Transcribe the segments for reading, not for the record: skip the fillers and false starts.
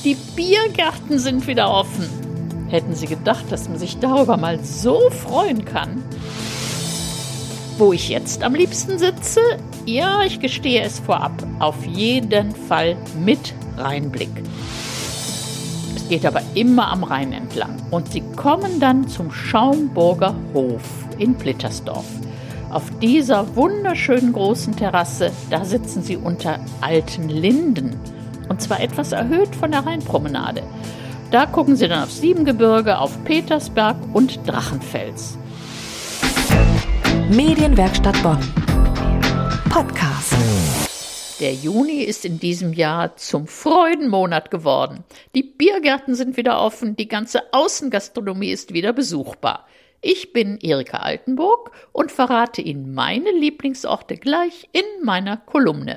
Die Biergärten sind wieder offen. Hätten Sie gedacht, dass man sich darüber mal so freuen kann? Wo ich jetzt am liebsten sitze? Ja, ich gestehe es vorab. Auf jeden Fall mit Rheinblick. Es geht aber immer am Rhein entlang. Und Sie kommen dann zum Schaumburger Hof in Blittersdorf. Auf dieser wunderschönen großen Terrasse, da sitzen Sie unter alten Linden. Und zwar etwas erhöht von der Rheinpromenade. Da gucken Sie dann aufs Siebengebirge, auf Petersberg und Drachenfels. Medienwerkstatt Bonn. Podcast. Der Juni ist in diesem Jahr zum Freudenmonat geworden. Die Biergärten sind wieder offen, die ganze Außengastronomie ist wieder besuchbar. Ich bin Erika Altenburg und verrate Ihnen meine Lieblingsorte gleich in meiner Kolumne.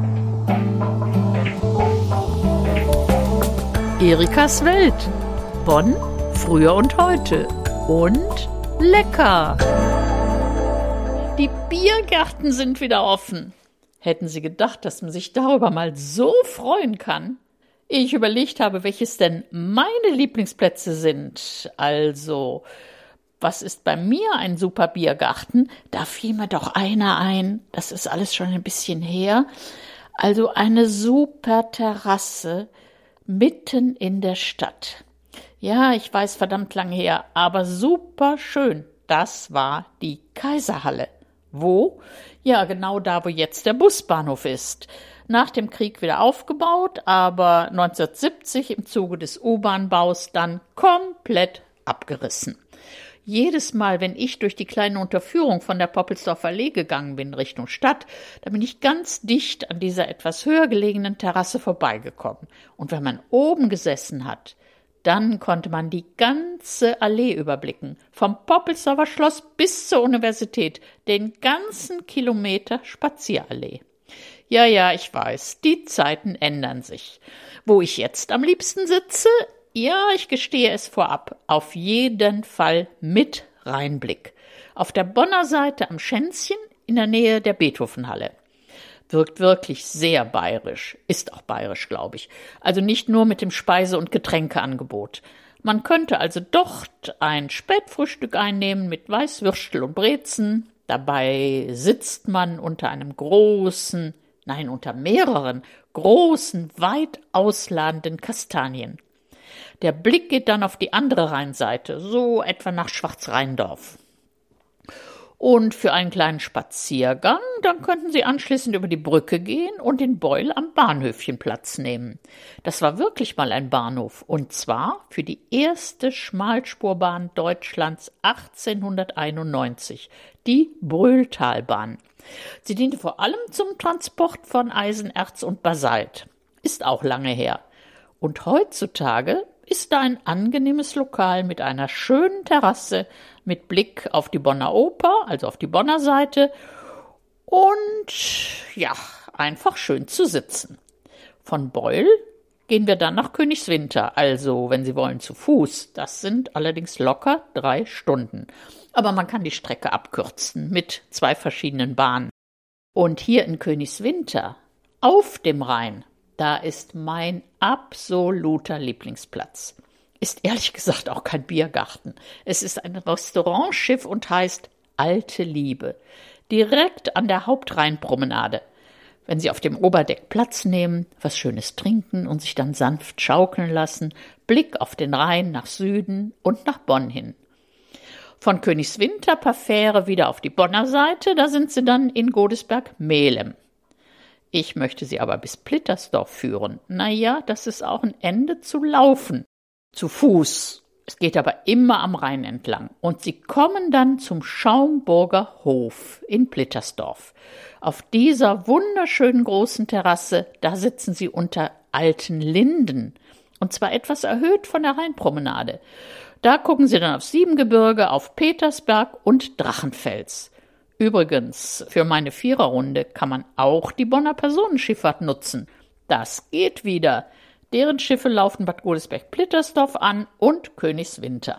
Erikas Welt. Bonn, früher und heute. Und lecker. Die Biergärten sind wieder offen. Hätten Sie gedacht, dass man sich darüber mal so freuen kann? Ehe ich überlegt habe, welches denn meine Lieblingsplätze sind, also was ist bei mir ein super Biergarten? Da fiel mir doch einer ein, das ist alles schon ein bisschen her. Also eine super Terrasse mitten in der Stadt. Ja, ich weiß, verdammt lang her, aber super schön. Das war die Kaiserhalle. Wo? Ja, genau da, wo jetzt der Busbahnhof ist. Nach dem Krieg wieder aufgebaut, aber 1970 im Zuge des U-Bahn-Baus dann komplett abgerissen. Jedes Mal, wenn ich durch die kleine Unterführung von der Poppelsdorfer Allee gegangen bin Richtung Stadt, da bin ich ganz dicht an dieser etwas höher gelegenen Terrasse vorbeigekommen. Und wenn man oben gesessen hat, dann konnte man die ganze Allee überblicken, vom Poppelsdorfer Schloss bis zur Universität, den ganzen Kilometer Spazierallee. Ja, ich weiß, die Zeiten ändern sich. Wo ich jetzt am liebsten sitze? Ja, ich gestehe es vorab, auf jeden Fall mit Rheinblick. Auf der Bonner Seite am Schänzchen in der Nähe der Beethovenhalle. Wirkt wirklich sehr bayerisch, ist auch bayerisch, glaube ich. Also nicht nur mit dem Speise- und Getränkeangebot. Man könnte also dort ein Spätfrühstück einnehmen mit Weißwürstel und Brezen. Dabei sitzt man unter unter mehreren großen, weit ausladenden Kastanien. Der Blick geht dann auf die andere Rheinseite, so etwa nach Schwarzrheindorf. Und für einen kleinen Spaziergang, dann könnten Sie anschließend über die Brücke gehen und in Beul am Bahnhöfchen Platz nehmen. Das war wirklich mal ein Bahnhof, und zwar für die erste Schmalspurbahn Deutschlands 1891, die Brühltalbahn. Sie diente vor allem zum Transport von Eisenerz und Basalt. Ist auch lange her. Und heutzutage ist da ein angenehmes Lokal mit einer schönen Terrasse mit Blick auf die Bonner Oper, also auf die Bonner Seite, und ja, einfach schön zu sitzen. Von Beul gehen wir dann nach Königswinter, also wenn Sie wollen zu Fuß. Das sind allerdings locker 3 Stunden. Aber man kann die Strecke abkürzen mit 2 verschiedenen Bahnen. Und hier in Königswinter, auf dem Rhein, da ist mein absoluter Lieblingsplatz. Ist ehrlich gesagt auch kein Biergarten. Es ist ein Restaurantschiff und heißt Alte Liebe. Direkt an der Hauptrheinpromenade. Wenn Sie auf dem Oberdeck Platz nehmen, was Schönes trinken und sich dann sanft schaukeln lassen, Blick auf den Rhein nach Süden und nach Bonn hin. Von Königswinter per Fähre wieder auf die Bonner Seite, da sind Sie dann in Godesberg-Melem. Ich möchte Sie aber bis Blittersdorf führen. Naja, das ist auch ein Ende zu laufen. Zu Fuß. Es geht aber immer am Rhein entlang. Und Sie kommen dann zum Schaumburger Hof in Blittersdorf. Auf dieser wunderschönen großen Terrasse, da sitzen Sie unter alten Linden. Und zwar etwas erhöht von der Rheinpromenade. Da gucken Sie dann aufs Siebengebirge, auf Petersberg und Drachenfels. Übrigens, für meine Viererrunde kann man auch die Bonner Personenschifffahrt nutzen. Das geht wieder. Deren Schiffe laufen Bad Godesberg-Blittersdorf an und Königswinter.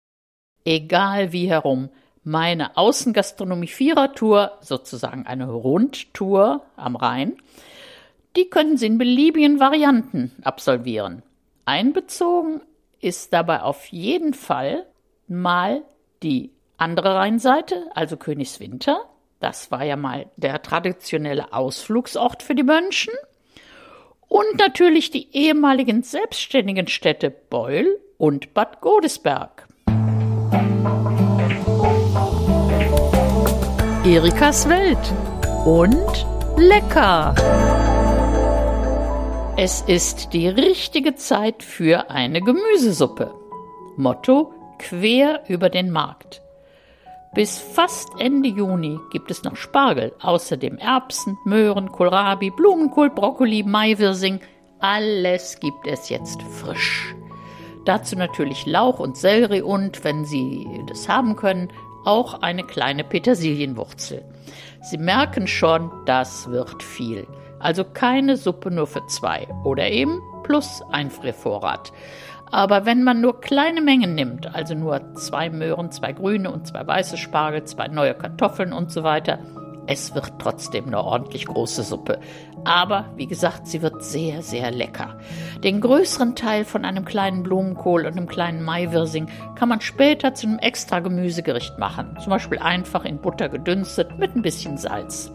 Egal wie herum, meine Außengastronomie-Vierertour, sozusagen eine Rundtour am Rhein, die können Sie in beliebigen Varianten absolvieren. Einbezogen ist dabei auf jeden Fall mal die andere Rheinseite, also Königswinter. Das war ja mal der traditionelle Ausflugsort für die Mönchen. Und natürlich die ehemaligen selbstständigen Städte Beul und Bad Godesberg. Erikas Welt und lecker! Es ist die richtige Zeit für eine Gemüsesuppe. Motto: quer über den Markt. Bis fast Ende Juni gibt es noch Spargel, außerdem Erbsen, Möhren, Kohlrabi, Blumenkohl, Brokkoli, Maiwirsing. Alles gibt es jetzt frisch. Dazu natürlich Lauch und Sellerie und, wenn Sie das haben können, auch eine kleine Petersilienwurzel. Sie merken schon, das wird viel. Also keine Suppe nur für 2 oder eben plus Einfriervorrat. Aber wenn man nur kleine Mengen nimmt, also nur 2 Möhren, 2 grüne und 2 weiße Spargel, 2 neue Kartoffeln und so weiter, es wird trotzdem eine ordentlich große Suppe. Aber wie gesagt, sie wird sehr, sehr lecker. Den größeren Teil von einem kleinen Blumenkohl und einem kleinen Maiwirsing kann man später zu einem extra Gemüsegericht machen. Zum Beispiel einfach in Butter gedünstet mit ein bisschen Salz.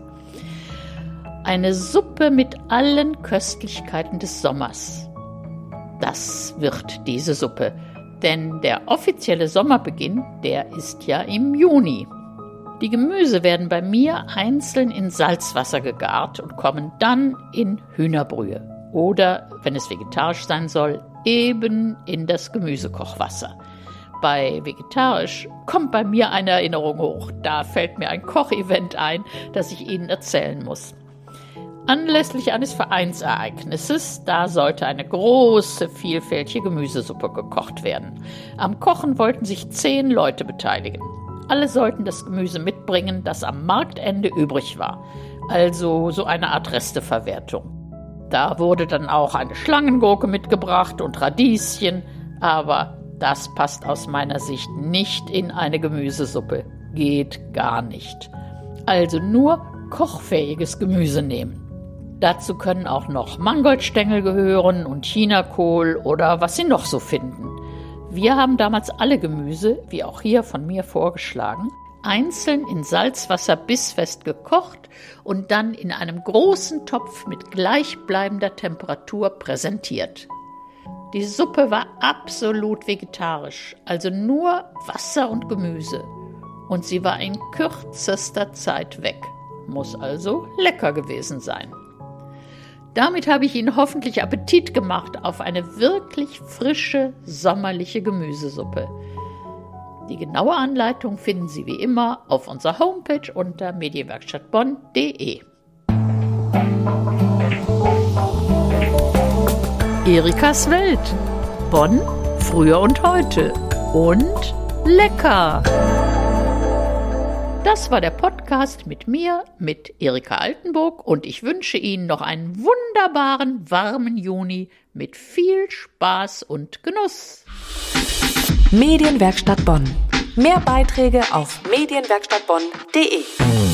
Eine Suppe mit allen Köstlichkeiten des Sommers. Das wird diese Suppe. Denn der offizielle Sommerbeginn, der ist ja im Juni. Die Gemüse werden bei mir einzeln in Salzwasser gegart und kommen dann in Hühnerbrühe. Oder, wenn es vegetarisch sein soll, eben in das Gemüsekochwasser. Bei vegetarisch kommt bei mir eine Erinnerung hoch. Da fällt mir ein Kochevent ein, das ich Ihnen erzählen muss. Anlässlich eines Vereinsereignisses, da sollte eine große, vielfältige Gemüsesuppe gekocht werden. Am Kochen wollten sich 10 Leute beteiligen. Alle sollten das Gemüse mitbringen, das am Marktende übrig war. Also so eine Art Resteverwertung. Da wurde dann auch eine Schlangengurke mitgebracht und Radieschen, aber das passt aus meiner Sicht nicht in eine Gemüsesuppe. Geht gar nicht. Also nur kochfähiges Gemüse nehmen. Dazu können auch noch Mangoldstängel gehören und Chinakohl oder was Sie noch so finden. Wir haben damals alle Gemüse, wie auch hier von mir vorgeschlagen, einzeln in Salzwasser bissfest gekocht und dann in einem großen Topf mit gleichbleibender Temperatur präsentiert. Die Suppe war absolut vegetarisch, also nur Wasser und Gemüse. Und sie war in kürzester Zeit weg. Muss also lecker gewesen sein. Damit habe ich Ihnen hoffentlich Appetit gemacht auf eine wirklich frische, sommerliche Gemüsesuppe. Die genaue Anleitung finden Sie wie immer auf unserer Homepage unter medienwerkstattbonn.de. Erikas Welt. Bonn, früher und heute. Und lecker! Das war der Podcast mit mir, mit Erika Altenburg, und ich wünsche Ihnen noch einen wunderbaren, warmen Juni mit viel Spaß und Genuss. Medienwerkstatt Bonn. Mehr Beiträge auf medienwerkstattbonn.de.